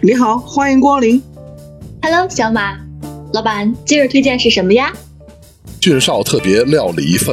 你好，欢迎光临。 Hello， 小马，老板，今日推荐是什么呀？ 俊少特别料理一份。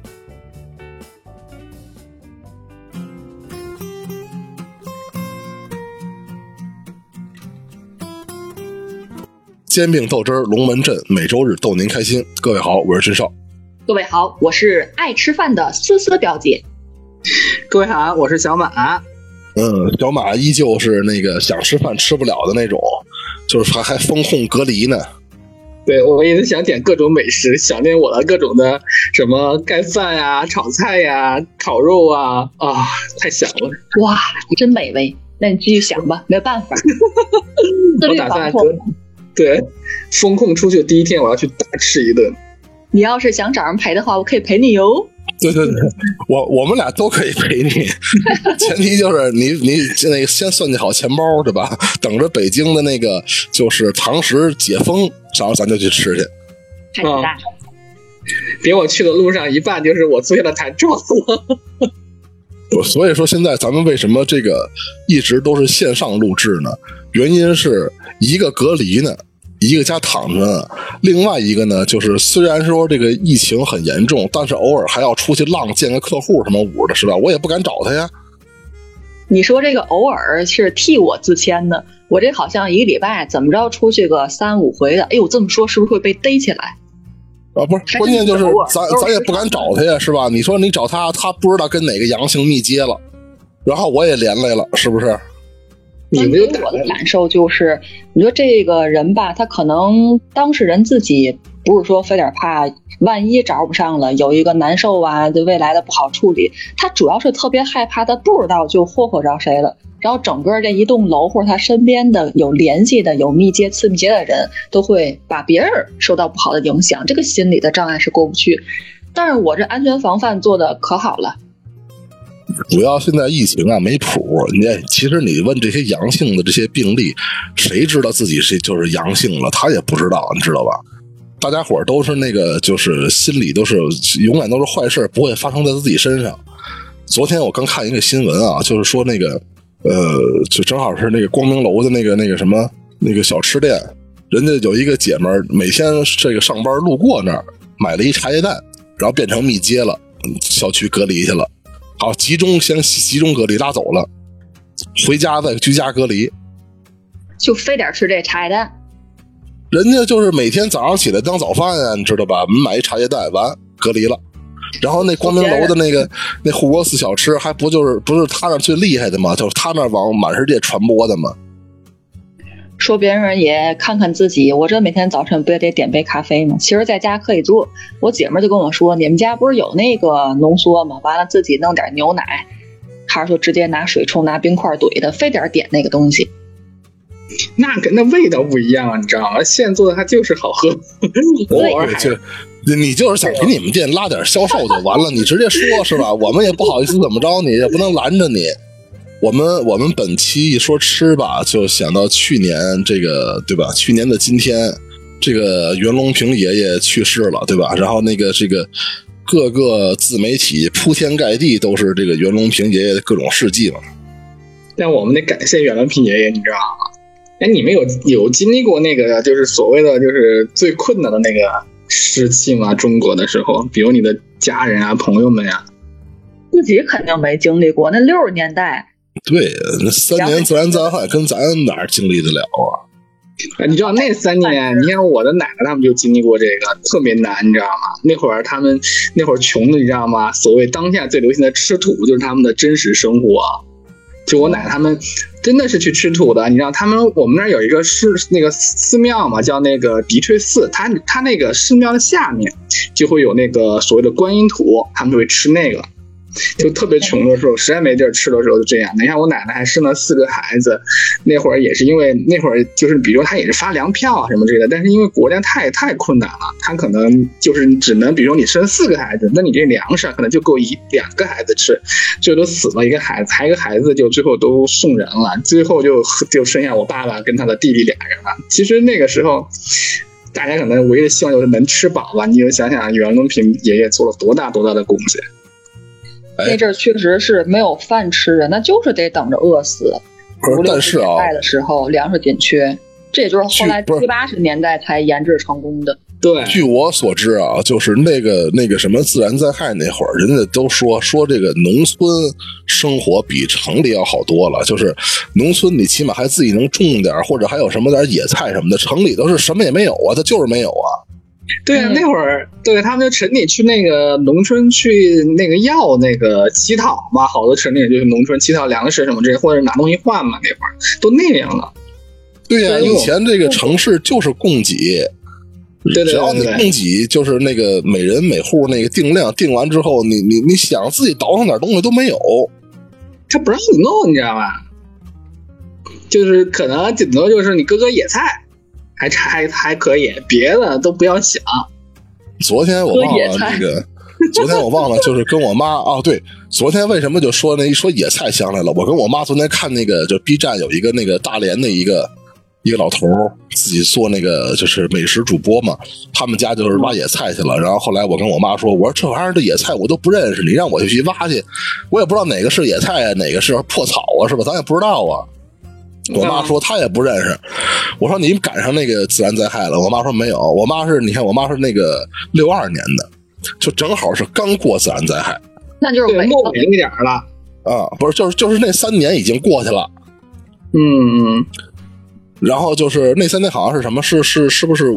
煎饼豆汁儿龙门阵，每周日逗您开心。各位好，我是俊少。 各位好，我是爱吃饭的思思表姐。 各位好，我是小马。 小马依旧是那个想吃饭吃不了的那种，就是还封控隔离呢。 对，我一直想点各种美食，想念我的各种的什么盖饭呀、炒菜呀、烤肉啊，太想了。 哇，真美味。那你继续想吧，没办法。 我打算对封控出去第一天，我要去大吃一顿。 你要是想找人陪的话，我可以陪你哟。 对，我们俩都可以陪你，前提就是你那个先算计好钱包，对吧？等着北京的那个就是堂食解封，然后咱就去吃去。 太期待了！ 别我去的路上一半就是我坐下的台撞了。 所以说现在咱们为什么这个一直都是线上录制呢？原因是一个隔离呢，一个家躺着呢，另外一个呢，就是虽然说这个疫情很严重，但是偶尔还要出去浪见个客户什么舞的，是吧？我也不敢找他呀。 你说这个偶尔是替我自谦的，我这好像一个礼拜怎么着出去个3-5回的，哎呦，这么说是不是会被逮起来？ 不是，关键就是咱也不敢找他呀，是吧？你说你找他，他不知道跟哪个阳性密接了，然后我也连累了，是不是？ 你给我的感受就是，你说这个人吧，他可能当事人自己不是说非得怕万一找不上了，有一个难受啊，对未来的不好处理，他主要是特别害怕他不知道就霍霍着谁了，然后整个这一栋楼或者他身边的有联系的有密接次密接的人都会把别人受到不好的影响，这个心理的障碍是过不去。但是我这安全防范做的可好了。 主要现在疫情啊没谱，其实你问这些阳性的这些病例，谁知道自己是就是阳性了？他也不知道，你知道吧？大家伙都是那个，就是心里都是永远都是坏事不会发生在自己身上。昨天我刚看一个新闻啊，就是说那个就正好是那个光明楼的那个什么那个小吃店，人家有一个姐们儿每天这个上班路过那儿买了一茶叶蛋，然后变成密接了，小区隔离去了。好，先集中隔离拉走了，回家再居家隔离， 就非得吃这茶叶蛋。 人家就是每天早上起来当早饭呀，你知道吧？买一茶叶蛋，完隔离了。然后那光明楼的那护国寺小吃，还不是他那最厉害的吗？就是他那往满世界传播的吗？ 说别人也看看自己，我这每天早晨不也得点杯咖啡吗？其实在家可以做。我姐们就跟我说，你们家不是有那个浓缩吗？完了自己弄点牛奶，还是说直接拿水冲拿冰块怼的，非得点那个东西。 那跟那味道不一样，你知道吗？现做的它就是好喝。 你就是想给你们店拉点销售就完了，你直接说是吧？我们也不好意思怎么着你，也不能拦着你。我们本期一说吃吧，就想到去年这个对吧？去年的今天，这个袁隆平爷爷去世了，对吧？然后这个各个自媒体铺天盖地都是这个袁隆平爷爷的各种事迹嘛。 但我们得感谢袁隆平爷爷，你知道吗？哎，你们有经历过那个就是所谓的就是最困难的那个时期吗？中国的时候，比如你的家人啊、朋友们呀， 自己肯定没经历过。那60年代。 对，那3年自然灾害跟咱哪经历得了啊？ 你知道那3年，你看我的奶奶他们就经历过这个，特别难，你知道吗？那会儿穷的，你知道吗？所谓当下最流行的吃土，就是他们的真实生活。就我奶奶他们真的是去吃土的，你知道我们那儿有一个那个寺庙嘛，叫那个涤碜寺，它那个寺庙的下面就会有那个所谓的观音土，他们就会吃那个。就特别穷的时候，实在没地儿吃的时候就这样。你看我奶奶还生了4个孩子，那会儿也是因为那会儿就是比如她也是发粮票啊什么之类的，但是因为国家太困难了，她可能就是只能比如说你生4个孩子，那你这粮食可能就够2个孩子吃，最多死了一个孩子，还一个孩子就最后都送人了，最后就剩下我爸爸跟他的弟弟2人了。其实那个时候大家可能唯一的希望就是能吃饱吧，你就想想袁隆平爷爷做了多大的贡献。 那阵儿确实是没有饭吃的，那就是得等着饿死。 50、60年代的时候粮食紧缺，这也就是后来70、80年代才研制成功的。 对， 据我所知啊，就是那个什么自然灾害那会儿，人家都说这个农村生活比城里要好多了，就是农村你起码还自己能种点，或者还有什么点野菜什么的，城里都是什么也没有啊，它就是没有啊。 对啊，那会儿对他们就城里去那个农村去那个要那个乞讨嘛，好多城里就是农村乞讨粮食什么之类，或者拿东西换嘛，那会儿都那样了。 对呀，以前这个城市就是供给。 对， 只要你供给就是那个每人每户那个定量，定完之后，你想自己倒腾点东西都没有， 他不让你弄，你知道吧？就是可能顶多就是你割野菜，还可以，别的都不要想。 昨天我忘了那个，昨天我忘了，就是跟我妈啊，对，昨天为什么就说那一说野菜想来了？我跟我妈昨天看那个，就 B 站有一个那个大连的一个老头自己做那个就是美食主播嘛，他们家就是挖野菜去了。然后后来我跟我妈说，我说这玩意儿的野菜我都不认识，你让我去挖去，我也不知道哪个是野菜啊，哪个是破草啊，是吧？咱也不知道啊。我妈说她也不认识。我说你赶上那个自然灾害了？我妈说没有。我妈是你看，我妈是那个62年的，就正好是刚过自然灾害， 那就是末尾一点了啊，不是，就是那3年已经过去了。然后就是那3年好像是什么？是不是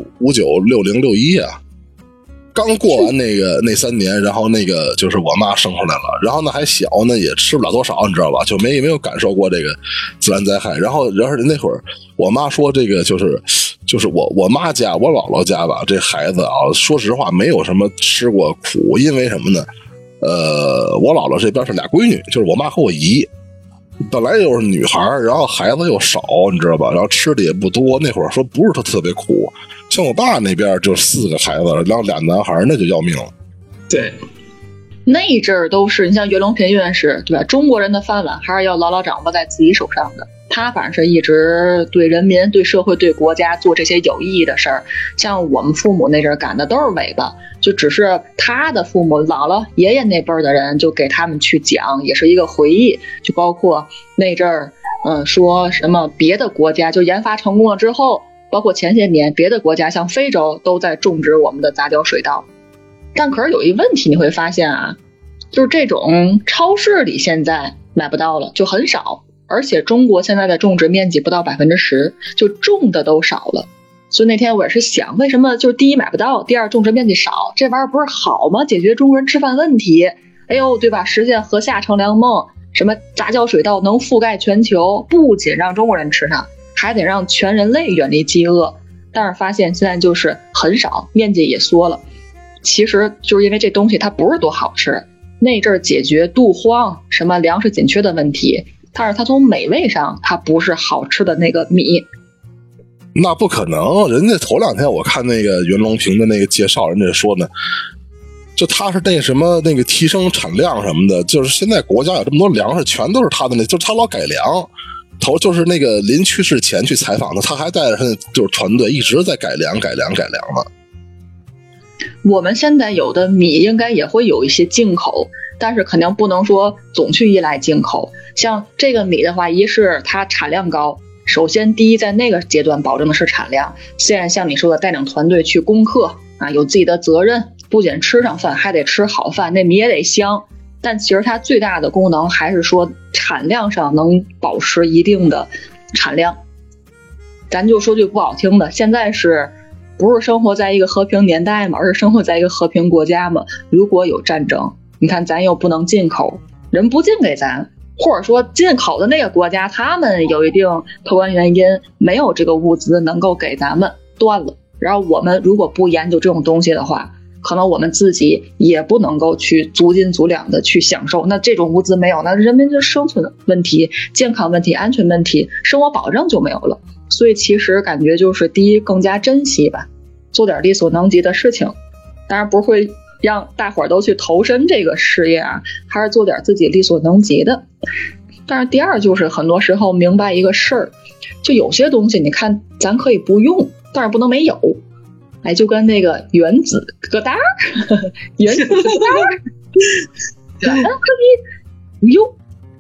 59、60、61啊？刚过完那3年，然后那个就是我妈生出来了，然后呢还小呢，也吃不了多少，你知道吧？就没有感受过这个自然灾害。然后那会儿我妈说，这个就是我妈家我姥姥家吧，这孩子啊，说实话没有什么吃过苦，因为什么呢？我姥姥这边是俩闺女，就是我妈和我姨。本来又是女孩，然后孩子又少，你知道吧？然后吃的也不多。那会儿说不是特别苦，像我爸那边就4个孩子，然后2男孩，那就要命了。 对， 那一阵儿都是你像袁隆平院士，对吧？中国人的饭碗还是要牢牢掌握在自己手上的。他反正是一直对人民、对社会、对国家做这些有意义的事儿。像我们父母那阵儿赶的都是尾巴，就只是他的父母、姥姥、爷爷那辈儿的人就给他们去讲，也是一个回忆。就包括那阵儿，说什么别的国家就研发成功了之后，包括前些年别的国家像非洲都在种植我们的杂交水稻。但可是有一问题，你会发现啊，就是这种超市里现在买不到了，就很少。而且中国现在的种植面积不到10%，就种的都少了。所以那天我也是想，为什么就是第一买不到，第二种植面积少，这玩意儿不是好吗？解决中国人吃饭问题，哎呦，对吧？实现河下乘凉梦，什么杂交水稻能覆盖全球，不仅让中国人吃上，还得让全人类远离饥饿。但是发现现在就是很少，面积也缩了。其实就是因为这东西它不是多好吃，那阵儿解决肚荒、什么粮食紧缺的问题。但是它从美味上，它不是好吃的那个米。 那不可能，人家头2天我看那个袁隆平的那个介绍，人家说呢，就他是那什么那个提升产量什么的，就是现在国家有这么多粮食，全都是他的就是他老改良。就是那个临去世前去采访的，他还带着他就是团队一直在改良呢。 我们现在有的米应该也会有一些进口，但是肯定不能说总去依赖进口。像这个米的话，一是它产量高，首先第一在那个阶段保证的是产量，现在像你说的带领团队去攻克啊，有自己的责任，不仅吃上饭还得吃好饭，那米也得香。但其实它最大的功能还是说产量上能保持一定的产量。咱就说句不好听的，现在是不是生活在一个和平年代嘛，而是生活在一个和平国家嘛。如果有战争，你看咱又不能进口，人不进给咱，或者说进口的那个国家他们有一定客观原因没有这个物资能够给咱们断了，然后我们如果不研究这种东西的话，可能我们自己也不能够去足斤足两的去享受。那这种物资没有，那人民的生存问题、健康问题、安全问题、生活保障就没有了。所以其实感觉就是第一更加珍惜吧，做点力所能及的事情，当然不会让大伙儿都去投身这个事业啊，还是做点自己力所能及的。但是第二就是很多时候明白一个事儿，就有些东西你看咱可以不用，但是不能没有。哎，就跟那个原子疙瘩原子疙瘩咱可以不用，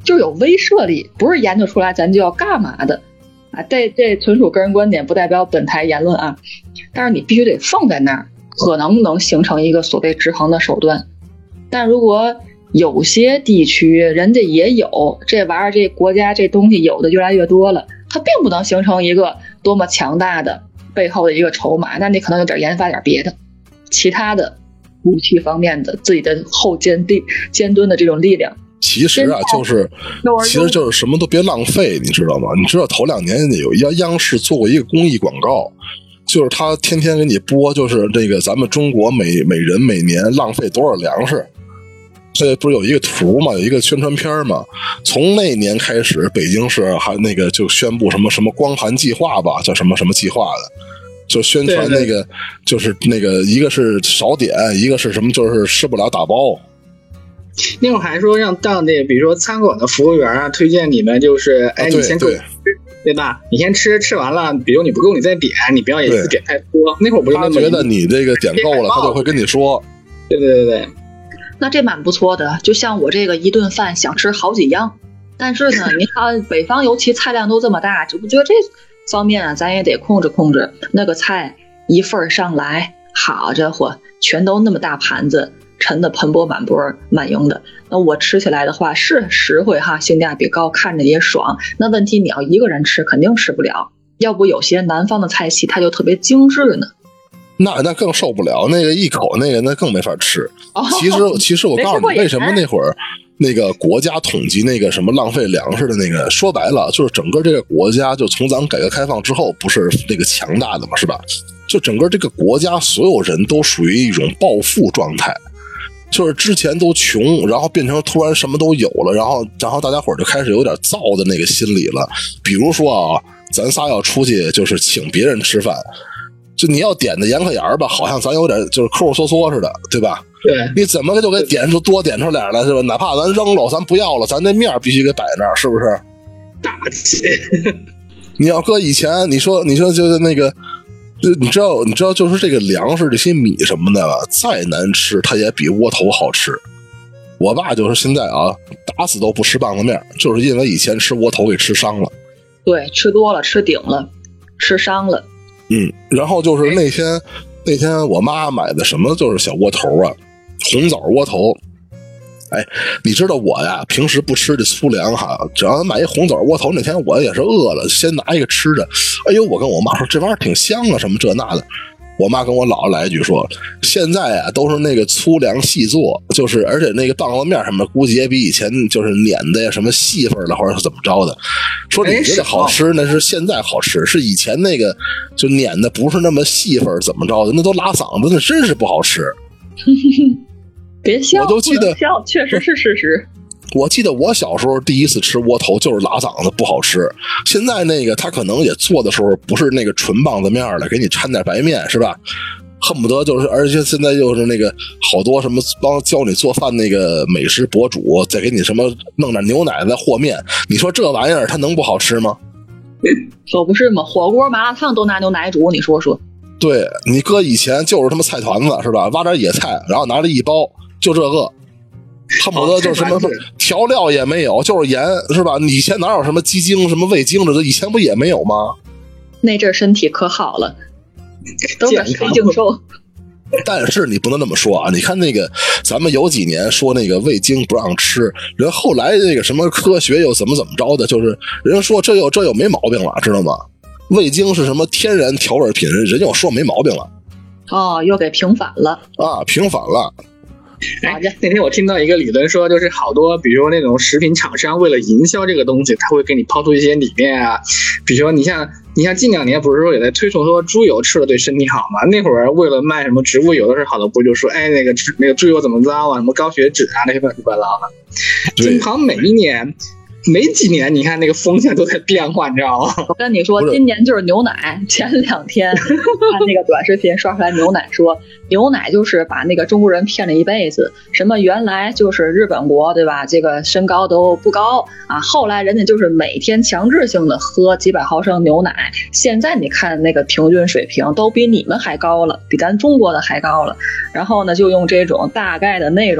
就有威慑力，不是研究出来咱就要干嘛的啊。这纯属个人观点，不代表本台言论啊。但是你必须得放在那儿，可能能形成一个所谓制衡的手段。但如果有些地区人家也有这玩意儿，这国家这东西有的越来越多了，它并不能形成一个多么强大的背后的一个筹码，那你可能有点研发点别的其他的武器方面的自己的后尖墩的这种力量。 其实啊，其实就是什么都别浪费，你知道吗？你知道头2年有央视做过一个公益广告，就是他天天给你播，就是这个咱们中国每人每年浪费多少粮食。这不是有一个图嘛，有一个宣传片嘛？从那年开始，北京市还那个就宣布什么光盘计划吧，叫什么计划的，就宣传那个，就是那个一个是少点，一个是什么就是吃不了打包。 那会儿还说让那比如说餐馆的服务员啊，推荐你们就是你先吃，对吧？你先吃完了，比如你不够你再点，你不要一次点太多。那会儿不就那么觉得你这个点够了，他就会跟你说。 对。 那这蛮不错的，就像我这个一顿饭想吃好几样，但是呢，你看北方尤其菜量都这么大，只不觉得这方面啊，咱也得控制。那个菜一份上来，好家伙，全都那么大盘子，盛的盆钵满钵满盈的。那我吃起来的话是实惠哈，性价比高，看着也爽。那问题你要一个人吃，肯定吃不了。要不有些南方的菜系它就特别精致呢。 那更受不了，那个一口那更没法吃。其实我告诉你，为什么那会儿那个国家统计那个什么浪费粮食的那个，说白了就是整个这个国家就从咱改革开放之后不是那个强大的嘛，是吧？就整个这个国家所有人都属于一种暴富状态，就是之前都穷，然后变成突然什么都有了，然后大家伙就开始有点造的那个心理了。比如说啊，咱仨要出去就是请别人吃饭。就你要点的严可眼吧，好像咱有点就是抠抠缩缩似的，对吧？ 对， 你怎么就给点出多点出俩来，是吧？哪怕咱扔了，咱不要了，咱那面必须给摆那儿，是不是？ 大气。 你要搁以前，你说就是那个，你知道，就是这个粮食这些米什么的，再难吃，它也比窝头好吃。我爸就是现在啊，打死都不吃棒子面，就是因为以前吃窝头给吃伤了。 对，吃多了，吃顶了，吃伤了。 然后就是那天我妈买的什么就是小窝头啊，红枣窝头。哎，你知道我呀，平时不吃这粗粮哈，只要买一红枣窝头，那天我也是饿了，先拿一个吃着。哎呦，我跟我妈说这玩意儿挺香啊，什么这那的。我妈跟我姥姥来一句说，现在啊都是那个粗粮细做，就是而且那个棒子面什么估计也比以前就是碾的呀什么细份了或者是怎么着的。说你觉得好吃那是现在好吃，是以前那个就碾的不是那么细份怎么着的，那都拉嗓子，那真是不好吃。 别笑， 我都记得笑，确实是事实。 我记得我小时候第一次吃窝头就是拉嗓子不好吃，现在那个他可能也做的时候不是那个纯棒子面了，给你掺点白面是吧？恨不得就是，而且现在就是那个好多什么帮教你做饭那个美食博主再给你什么弄点牛奶再和面，你说这玩意儿它能不好吃吗？ 可不是吗？火锅麻辣烫都拿牛奶煮，你说说。 对，你搁以前就是他妈菜团子是吧？挖点野菜然后拿着一包就这个，恨不得就什么调料也没有，就是盐是吧？你以前哪有什么鸡精什么味精的，以前不也没有吗？ 那阵身体可好了，都是黑净瘦。 但是你不能那么说啊！你看那个，咱们有几年说那个味精不让吃，人后来那个什么科学又怎么着的，就是人说这又没毛病了，知道吗？味精是什么天然调味品，人又说没毛病了。 哦，又给平反了啊！平反了。 哎，那天我听到一个理论说，就是好多，比如那种食品厂商为了营销这个东西，他会给你抛出一些理念啊。比如说，你像近2年不是说也在推崇说猪油吃了对身体好吗？那会儿为了卖什么植物油的时候，好多不就说，哎，那个猪油怎么糟啊，什么高血脂啊，那些乱七八糟的。经常每一年。没几年，你看那个风向都在变化，你知道吗？ 我跟你说，今年就是牛奶。前2天看那个短视频刷出来牛奶，说牛奶就是把那个中国人骗了一辈子。什么原来就是日本国，对吧？这个身高都不高啊，后来人家就是每天强制性的喝几百毫升牛奶。现在你看那个平均水平都比你们还高了，比咱中国的还高了。然后呢，就用这种大概的内容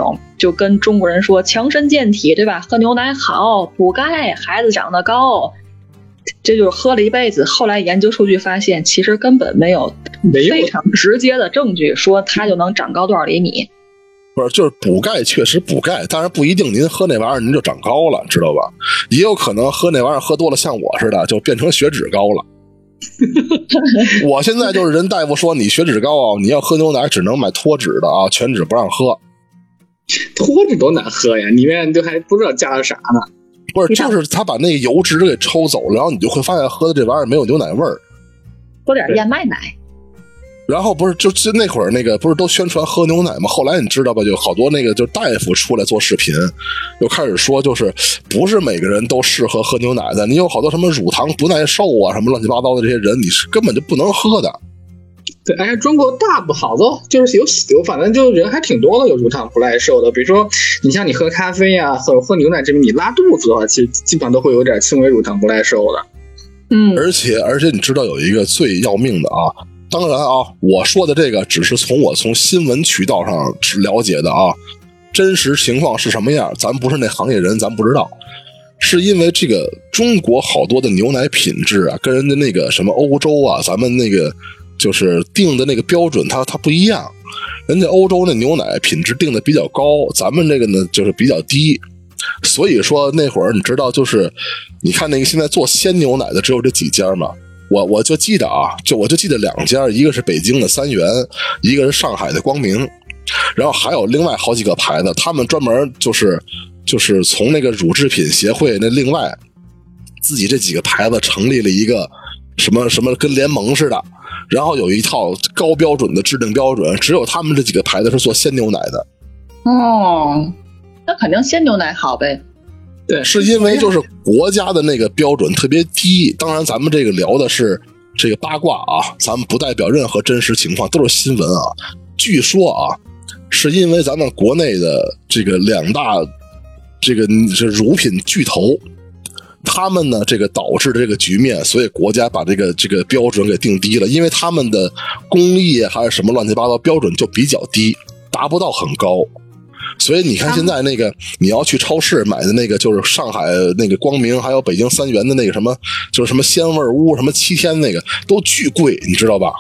就跟中国人说强身健体，对吧？喝牛奶好，补钙，孩子长得高，这就是喝了一辈子。后来研究数据发现，其实根本没有非常直接的证据说它就能长高多少厘米。 不是，就是补钙确实补钙，但是不一定您喝那玩意儿您就长高了，知道吧？也有可能喝那玩意儿喝多了，像我似的就变成血脂高了。我现在就是人大夫说你血脂高啊，你要喝牛奶只能买脱脂的啊，全脂不让喝。 脱脂多难喝呀，里面就还不知道加了啥呢。 不是，就是他把那个油脂给抽走了，然后你就会发现喝的这玩意儿没有牛奶味儿， 喝点燕麦奶。 然后不是就那会儿那个不是都宣传喝牛奶吗？后来你知道吧，就好多那个就大夫出来做视频，又开始说就是不是每个人都适合喝牛奶的，你有好多什么乳糖不耐受啊，什么乱七八糟的这些人，你是根本就不能喝的。 对，而且中国大不好多就是有，反正就人还挺多的有乳糖不耐受的。比如说，你像你喝咖啡啊，喝牛奶这边你拉肚子的话，其实基本上都会有点轻微乳糖不耐受的。 而且你知道有一个最要命的啊，当然啊，我说的这个只是从新闻渠道上了解的啊，真实情况是什么样，咱不是那行业人，咱不知道。是因为这个中国好多的牛奶品质啊，跟人家那个什么欧洲啊，咱们那个。就是定的那个标准它不一样，人家欧洲那牛奶品质定的比较高，咱们这个呢就是比较低。所以说那会儿你知道，就是你看那个现在做鲜牛奶的只有这几家嘛，我就记得啊，我就记得2家，一个是北京的三元，一个是上海的光明，然后还有另外好几个牌子，他们专门就是从那个乳制品协会那另外自己这几个牌子成立了一个什么跟联盟似的。然后有一套高标准的制定标准，只有他们这几个牌子是做鲜牛奶的。 哦，那肯定鲜牛奶好呗。 对， 是因为就是国家的那个标准特别低。当然，咱们这个聊的是这个八卦啊，咱们不代表任何真实情况，都是新闻啊。据说啊，是因为咱们国内的这个2大这个乳品巨头。他们呢，这个导致这个局面，所以国家把这个标准给定低了，因为他们的工艺还是什么乱七八糟标准就比较低，达不到很高。所以你看现在那个你要去超市买的那个，就是上海那个光明还有北京三元的那个什么，就是什么鲜味屋什么7天那个都巨贵，你知道吧？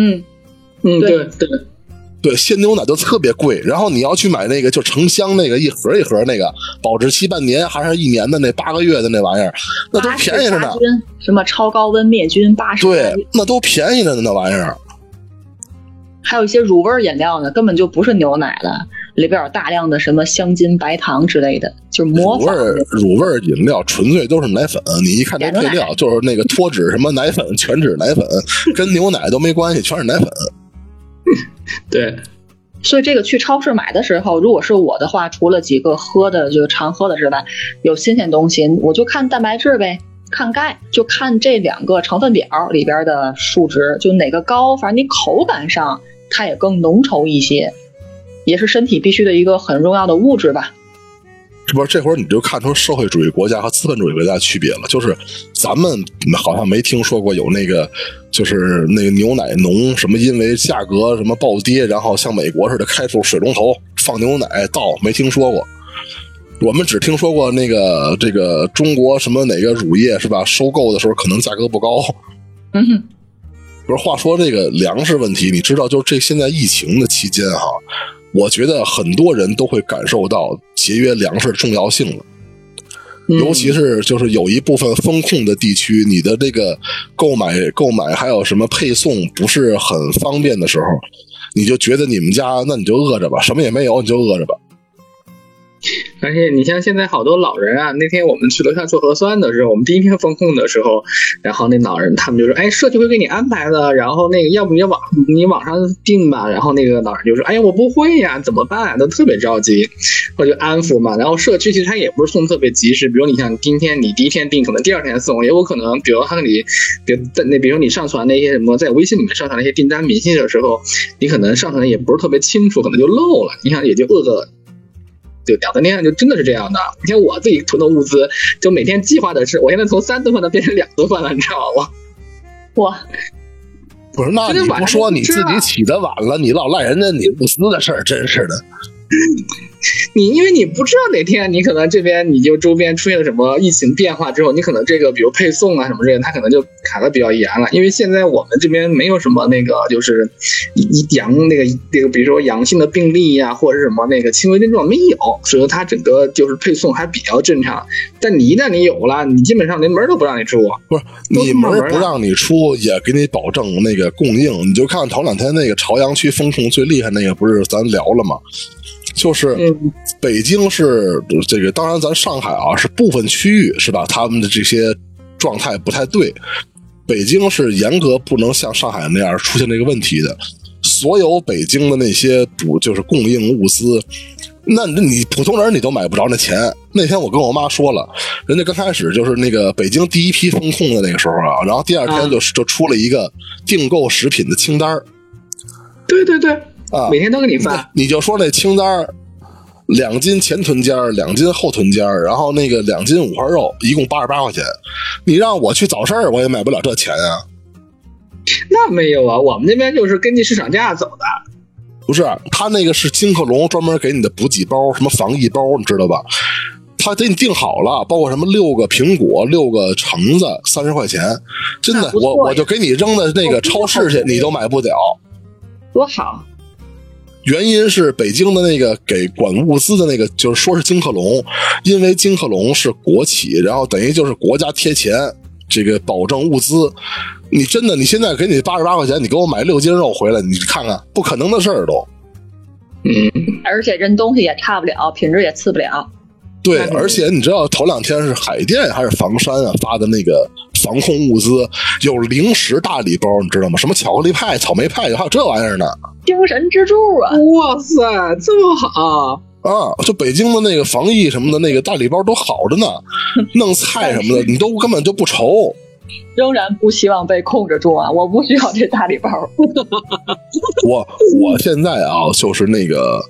对，鲜牛奶都特别贵，然后你要去买那个就成箱那个一盒一盒那个保质期半年还是1年的那8个月的那玩意儿，那都便宜着呢。 什么超高温灭菌80， 对，那都便宜着呢那玩意儿。 还有一些乳味饮料呢，根本就不是牛奶了，里边有大量的什么香精、白糖之类的，就是模仿乳味饮料，纯粹都是奶粉。你一看这配料，就是那个脱脂什么奶粉、全脂奶粉，跟牛奶都没关系，全是奶粉。 对， 所以这个去超市买的时候，如果是我的话，除了几个喝的就是常喝的之外，有新鲜东西我就看蛋白质呗，看钙，就看这2个成分表里边的数值，就哪个高，反正你口感上它也更浓稠一些，也是身体必须的一个很重要的物质吧。 是不是这会儿你就看出社会主义国家和资本主义国家的区别了？就是咱们好像没听说过有那个，就是那个牛奶农什么因为价格什么暴跌，然后像美国似的开出水龙头放牛奶倒，没听说过。我们只听说过那个这个中国什么哪个乳业是吧？收购的时候可能价格不高。不是，话说这个粮食问题，你知道，就是这现在疫情的期间哈。我觉得很多人都会感受到节约粮食的重要性了，尤其是就是有一部分封控的地区，你的这个购买还有什么配送不是很方便的时候，你就觉得你们家那你就饿着吧，什么也没有你就饿着吧。 而且你像现在好多老人啊，那天我们去楼下做核酸的时候，我们第一天封控的时候，然后那老人他们就说，哎，社区会给你安排的，然后那个要不你网上订吧，然后那个老人就说，哎呀我不会呀，怎么办啊，都特别着急，我就安抚嘛。然后社区其实他也不是送特别及时，比如你像今天你第一天订，可能第2天送，也有可能比如他你比如你上传那些什么在微信里面上传那些订单明细的时候，你可能上传的也不是特别清楚，可能就漏了，你想也就饿个就2-3天，就真的是这样的。你看我自己囤的物资，就每天计划的是，我现在从3顿饭都变成2顿饭了，你知道吗？ 哇， 不是，那你不说你自己起得晚了，你老赖人家你不死的事儿，真是的。 因为你不知道哪天你可能这边你就周边出现了什么疫情变化之后，你可能这个比如配送啊什么之类的，它可能就卡得比较严了。因为现在我们这边没有什么那个就是那个比如说阳性的病例呀、或者是什么那个轻微症状没有，所以它整个就是配送还比较正常。但你一旦你有了，你基本上连门都不让你出。 不是你门不让你出，也给你保证那个供应。你就看头2天那个朝阳区风控最厉害那个，不是咱聊了吗？就是北京是这个，当然咱上海啊是部分区域是吧？他们的这些状态不太对。北京是严格不能像上海那样出现这个问题的。所有北京的那些就是供应物资，那你普通人你都买不着那钱。那天我跟我妈说了，人家刚开始就是那个北京第一批封控的那个时候啊，然后第2天就出了一个订购食品的清单。 对对对。每天都给你发， 你就说那清单，2斤前臀尖，2斤后臀尖，然后那个2斤五花肉，一共88块钱。你让我去早市我也买不了这钱啊。 那没有啊，我们那边就是根据市场价走的。 不是，他那个是金客隆专门给你的补给包，什么防疫包，你知道吧？他给你订好了，包括什么6个苹果、6个橙子，30块钱，真的，我就给你扔到那个超市去，你都买不了。 多好。 原因是北京的那个给管物资的那个，就是说是金客隆，因为金客隆是国企，然后等于就是国家贴钱，这个保证物资。你真的，你现在给你88块钱，你给我买6斤肉回来，你看看，不可能的事儿都。 而且人东西也差不了，品质也次不了。 对，而且你知道头2天是海淀还是房山啊发的那个防控物资，有零食大礼包，你知道吗？什么巧克力派、草莓派，还有这玩意儿呢。 精神支柱啊！ 哇塞，这么好啊！就北京的那个防疫什么的那个大礼包都好着呢，弄菜什么的你都根本就不愁。 仍然不希望被控制住啊！我不需要这大礼包。 我现在啊，就是那个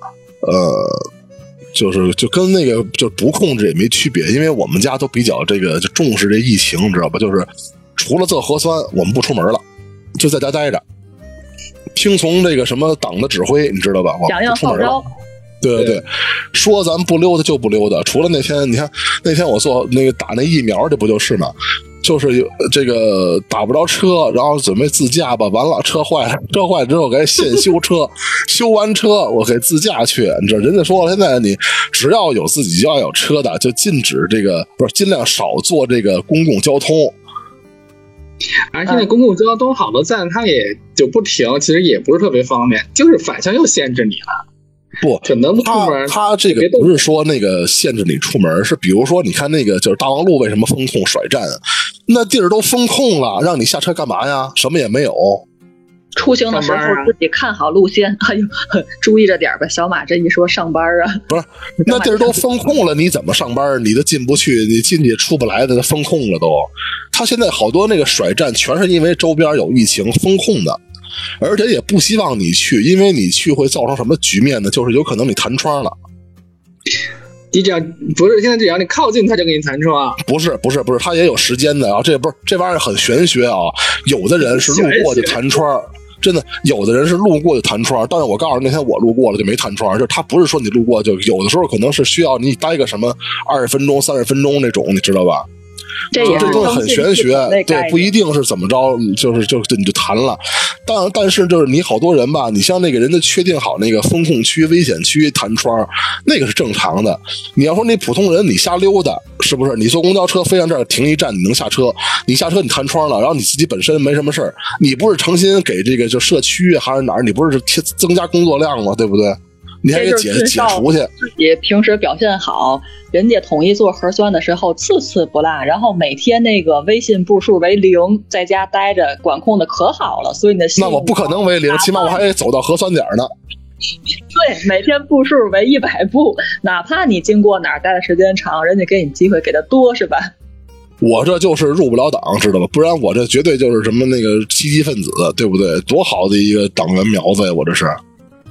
就跟那个就不控制也没区别，因为我们家都比较这个就重视这疫情，你知道吧？就是除了做核酸，我们不出门了，就在家待着，听从这个什么党的指挥，你知道吧？我响应号召。 对对对，说咱不溜达就不溜达。除了那天，你看那天我做那个打那疫苗，这不就是吗？就是有这个打不着车，然后准备自驾吧，完了车坏了，车坏了之后给现修车，修完车我给自驾去。你知道人家说了，现在你只要有自己要有车的，就禁止这个不是尽量少坐这个公共交通。 而现在公共交通好多站它也就不停，其实也不是特别方便，就是反向又限制你了。 不，他这个不是说那个限制你出门，是比如说你看那个就是大望路为什么封控甩站，那地儿都封控了，让你下车干嘛呀？什么也没有。 出行的时候自己看好路线，哎呦，注意着点吧。小马这一说上班啊， 不是，那地儿都封控了，你怎么上班？你都进不去，你进去也出不来的，封控了都。他现在好多那个甩站全是因为周边有疫情封控的。而且也不希望你去，因为你去会造成什么局面呢？就是有可能你弹窗了。 你只要不是现在只要你靠近他就给你弹窗， 不是，他也有时间的啊。这不是这玩意儿很玄学啊。有的人是路过就弹窗，真的，有的人是路过就弹窗。但是我告诉你，那天我路过了就没弹窗，就是他不是说你路过就有的时候可能是需要你待个什么20分钟、30分钟那种，你知道吧？ 这东西很玄学，对，不一定是怎么着，就是你就谈了。但是就是你好多人吧，你像那个人家确定好那个风控区、危险区弹窗，那个是正常的。你要说那普通人你瞎溜达，是不是？你坐公交车飞上这儿停一站，你能下车？你下车你弹窗了，然后你自己本身没什么事儿，你不是诚心给这个就社区还是哪儿？你不是增加工作量吗？对不对？你还给解除去， 自己平时表现好，人家统一做核酸的时候次次不落，然后每天那个微信步数为0，在家待着管控的可好了，所以你的那我不可能为0，起码我还得走到核酸点呢。 对，每天步数为100步，哪怕你经过哪儿待的时间长，人家给你机会给的多，是吧？ 我这就是入不了党，知道吧？不然我这绝对就是什么那个积极分子，对不对？多好的一个党员苗子呀，我这是。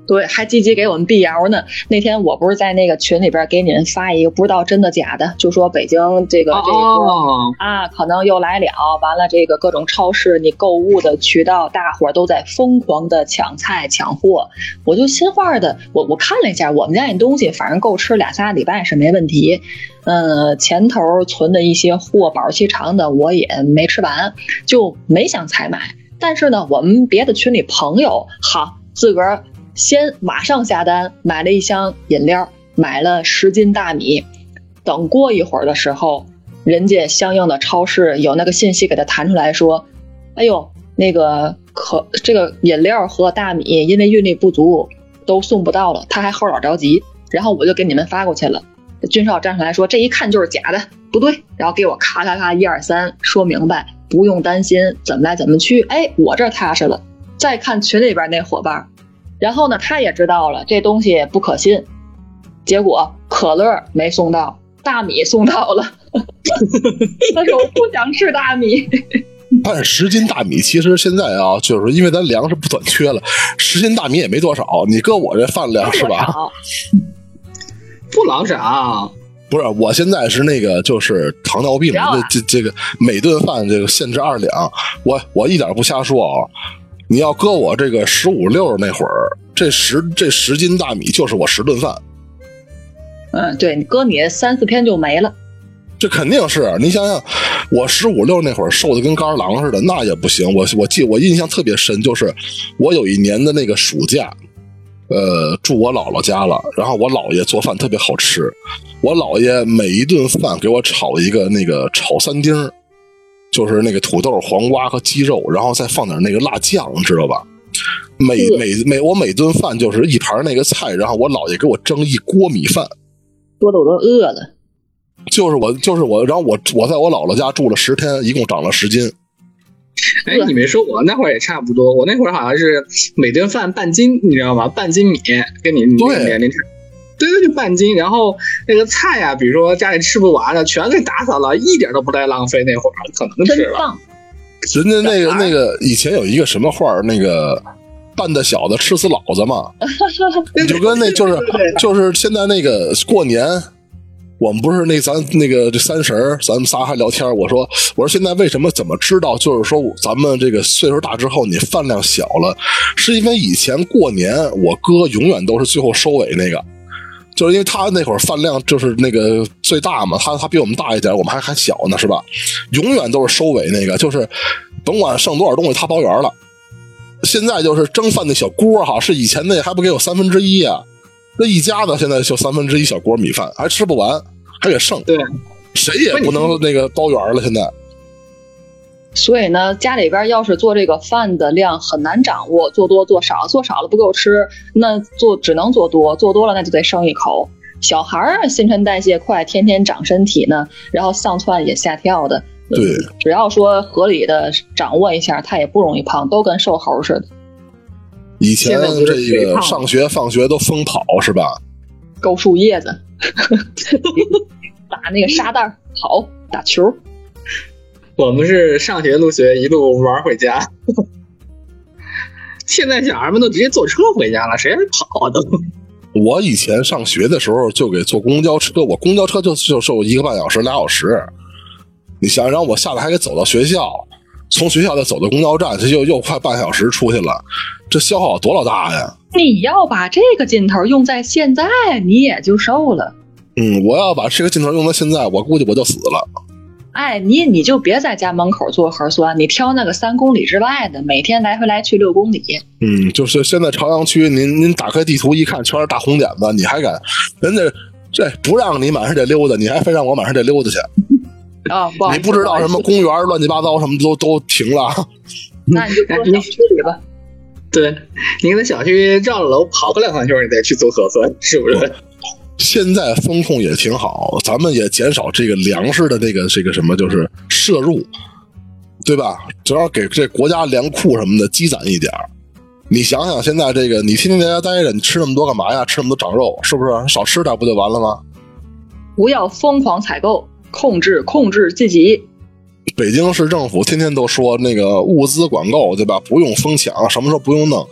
对，还积极给我们辟谣呢。那天我不是在那个群里边给你们发一个，不知道真的假的，就说北京这个可能又来了，完了这个各种超市你购物的渠道，大伙都在疯狂的抢菜抢货。我就心话的，我看了一下，我们家那东西反正够吃2-3礼拜是没问题。前头存的一些货保质期长的我也没吃完，就没想采买。但是呢，我们别的群里朋友好自个儿先马上下单，买了一箱饮料，买了10斤大米。等过一会儿的时候，人家相应的超市有那个信息给他弹出来说，哎呦，那个这个饮料和大米因为运力不足都送不到了，他还好着急。然后我就给你们发过去了。军少站出来说，这一看就是假的，不对，然后给我咔1、2、3说明白，不用担心，怎么来怎么去。哎，我这踏实了。再看群里边那伙伴，然后呢，他也知道了这东西不可信，结果可乐没送到，大米送到了。但是我不想吃大米。 但是10斤大米其实现在啊，就是因为咱粮食不短缺了，10斤大米也没多少，你搁我这饭量是吧？ 不老少。 不是，我现在是那个就是糖尿病，这个每顿饭这个限制2两，我一点不瞎说啊。你要搁我这个15、16那会儿，这10斤大米就是我10顿饭。 对，你搁你3-4天就没了。 这肯定是，你想想，我15、16那会儿瘦的跟杆狼似的，那也不行。我印象特别深，就是我有一年的那个暑假，住我姥姥家了，然后我姥爷做饭特别好吃，我姥爷每一顿饭给我炒一个那个炒3丁，就是那个土豆、黄瓜和鸡肉，然后再放点那个辣酱，知道吧？我每顿饭就是一盘那个菜，然后我姥爷给我蒸一锅米饭， 说的我都饿了。 就是我，然后我在我姥姥家住了10天，一共长了10斤。 哎，你没说我那会儿也差不多，我那会儿好像是每顿饭半斤，你知道吗？半斤米，跟你年龄差。对，就半斤。然后那个菜呀，比如说家里吃不完的，全给打扫了，一点都不带浪费。那会儿可能是了。 人家那个以前有一个什么话，那个半的小的吃死老子嘛，就跟那就是现在那个过年。我们不是咱那个这30，咱们仨还聊天。我说现在为什么怎么知道？就是说咱们这个岁数大之后，你饭量小了，是因为以前过年我哥永远都是最后收尾那个，就是因为他那会儿饭量就是那个最大嘛，他比我们大一点，我们还小呢，是吧？永远都是收尾那个，就是甭管剩多少东西，他包圆了。现在就是蒸饭的小锅哈，是以前那还不给我1/3啊。那一家子现在就1/3小锅米饭，还吃不完，还给剩。 对， 谁也不能那个包圆了。现在， 所以呢，家里边要是做这个饭的量很难掌握，做多做少，做少了不够吃，那只能做多，做多了那就得剩一口。小孩儿新陈代谢快，天天长身体呢，然后上蹿也下跳的。 对， 只要说合理的掌握一下，他也不容易胖，都跟瘦猴似的。 以前这个上学放学都疯跑是吧？ 勾树叶子，打那个沙袋跑，打球。 我们是上学路学，一路玩回家。现在小孩们都直接坐车回家了，谁还跑的？ 我以前上学的时候就给坐公交车，我公交车就受1个半小时、2小时。你想，然后我下来还得走到学校，从学校再走到公交站，这又快半小时出去了，这消耗多老大呀！ 你要把这个劲头用在现在，你也就瘦了。 我要把这个劲头用在现在，我估计我就死了。 哎，你就别在家门口做核酸，你挑那个3公里之外的，每天来回来去6公里。 就是现在朝阳区，您打开地图一看，全是大红点子，你还敢？人家这不让你满上这溜达，你还非让我满上这溜达去。你不知道什么公园乱七八糟什么都停了。 那你就坐小区里吧。 对，你跟小区绕着楼跑个2、3圈，你再去做核酸，是不是？ 现在风控也挺好，咱们也减少这个粮食的这个什么，就是摄入，对吧？只要给这国家粮库什么的积攒一点。你想想现在这个，你天天在家待着，你吃那么多干嘛呀？吃那么多长肉，是不是？少吃点不就完了吗？ 不要疯狂采购，控制自己。 北京市政府天天都说那个物资管够，对吧？不用疯抢，什么时候不用弄？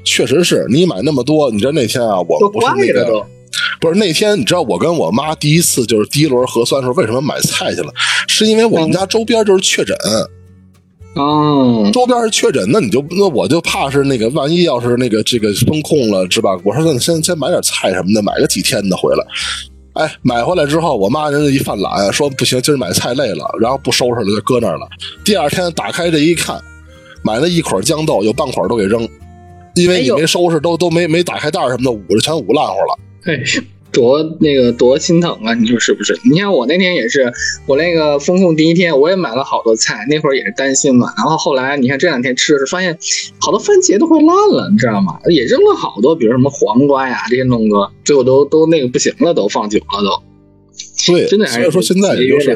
确实是你买那么多，你知道那天啊，我们不是那个。不是那天，你知道我跟我妈第一次就是第一轮核酸的时候，为什么买菜去了？是因为我们家周边就是确诊。周边是确诊，那我就怕是那个万一要是那个这个封控了，是吧？我说那先买点菜什么的，买个几天的回来。哎，买回来之后，我妈人家一犯懒，说不行，今儿买菜累了，然后不收拾了，就搁那儿了。第二天打开这一看，买了一捆豇豆，有半捆都给扔，因为你没收拾，都没打开袋什么的，全捂烂乎了。 哎，多心疼啊！你说是不是？你看我那天也是，我那个封控第一天，我也买了好多菜，那会儿也是担心嘛。然后后来你看这两天吃的时候，发现好多番茄都快烂了，你知道吗？也扔了好多，比如什么黄瓜呀这些弄个，最后都那个不行了，都放久了都。 对， 真的还是所以说现在也就是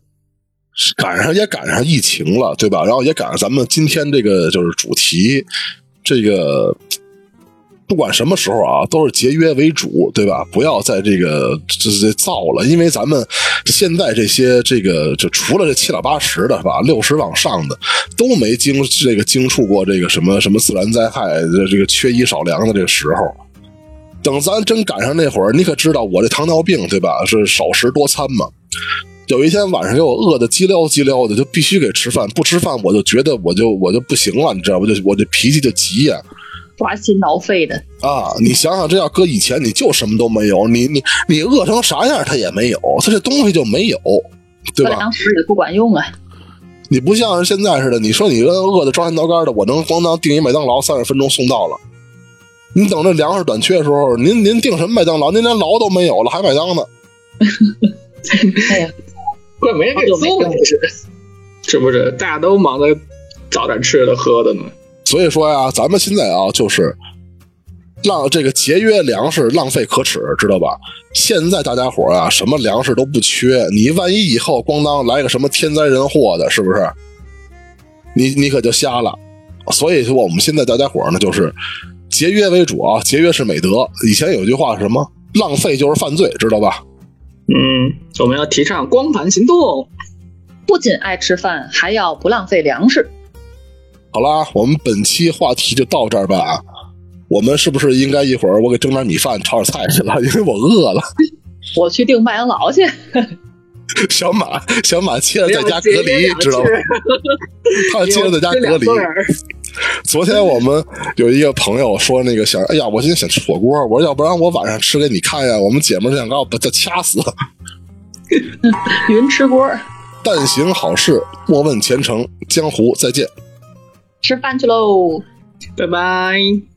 赶上疫情了，对吧？然后也赶上咱们今天这个就是主题，这个。不管什么时候啊，都是节约为主，对吧？不要在这个造了，因为咱们现在这些这个就除了这7老80的是吧，60往上的都没经触过这个什么自然灾害，这个缺衣少粮的这个时候。等咱真赶上那会儿，你可知道我这糖尿病对吧？是少食多餐嘛。有一天晚上给我饿得叽撩的，就必须给吃饭，不吃饭我就觉得我就不行了，你知道吗？我这脾气就急呀。 抓心挠肺的啊！你想想，这要搁以前，你就什么都没有，你饿成啥样，它也没有，它这东西就没有，对吧？ 当时也不管用啊。 你不像现在似的，你说你饿得抓心挠肝的，我能咣当订一麦当劳，30分钟送到了。你等着粮食短缺的时候，您订什么麦当劳？您连劳都没有了，还麦当呢？ 哎呀， 怪没人给送的是不是？大家都忙着找点吃的喝的呢。 所以说呀，咱们现在啊，就是让这个节约粮食浪费可耻，知道吧？现在大家伙啊，什么粮食都不缺，你万一以后咣当来个什么天灾人祸的，是不是？你可就瞎了。所以说，我们现在大家伙呢，就是节约为主啊，节约是美德。以前有句话是什么？浪费就是犯罪，知道吧？ 我们要提倡光盘行动， 不仅爱吃饭，还要不浪费粮食。 好啦，我们本期话题就到这儿吧。我们是不是应该一会儿我给蒸点米饭炒点菜去了？因为我饿了。 我去订麦当劳去。 小马接着在家隔离，知道吗？他接着在家隔离。昨天我们有一个朋友说那个哎呀，我今天想吃火锅，我说要不然我晚上吃给你看呀。我们姐们就想把我掐死。 云吃锅。 但行好事，莫问前程。江湖再见。 吃饭去喽， 拜拜。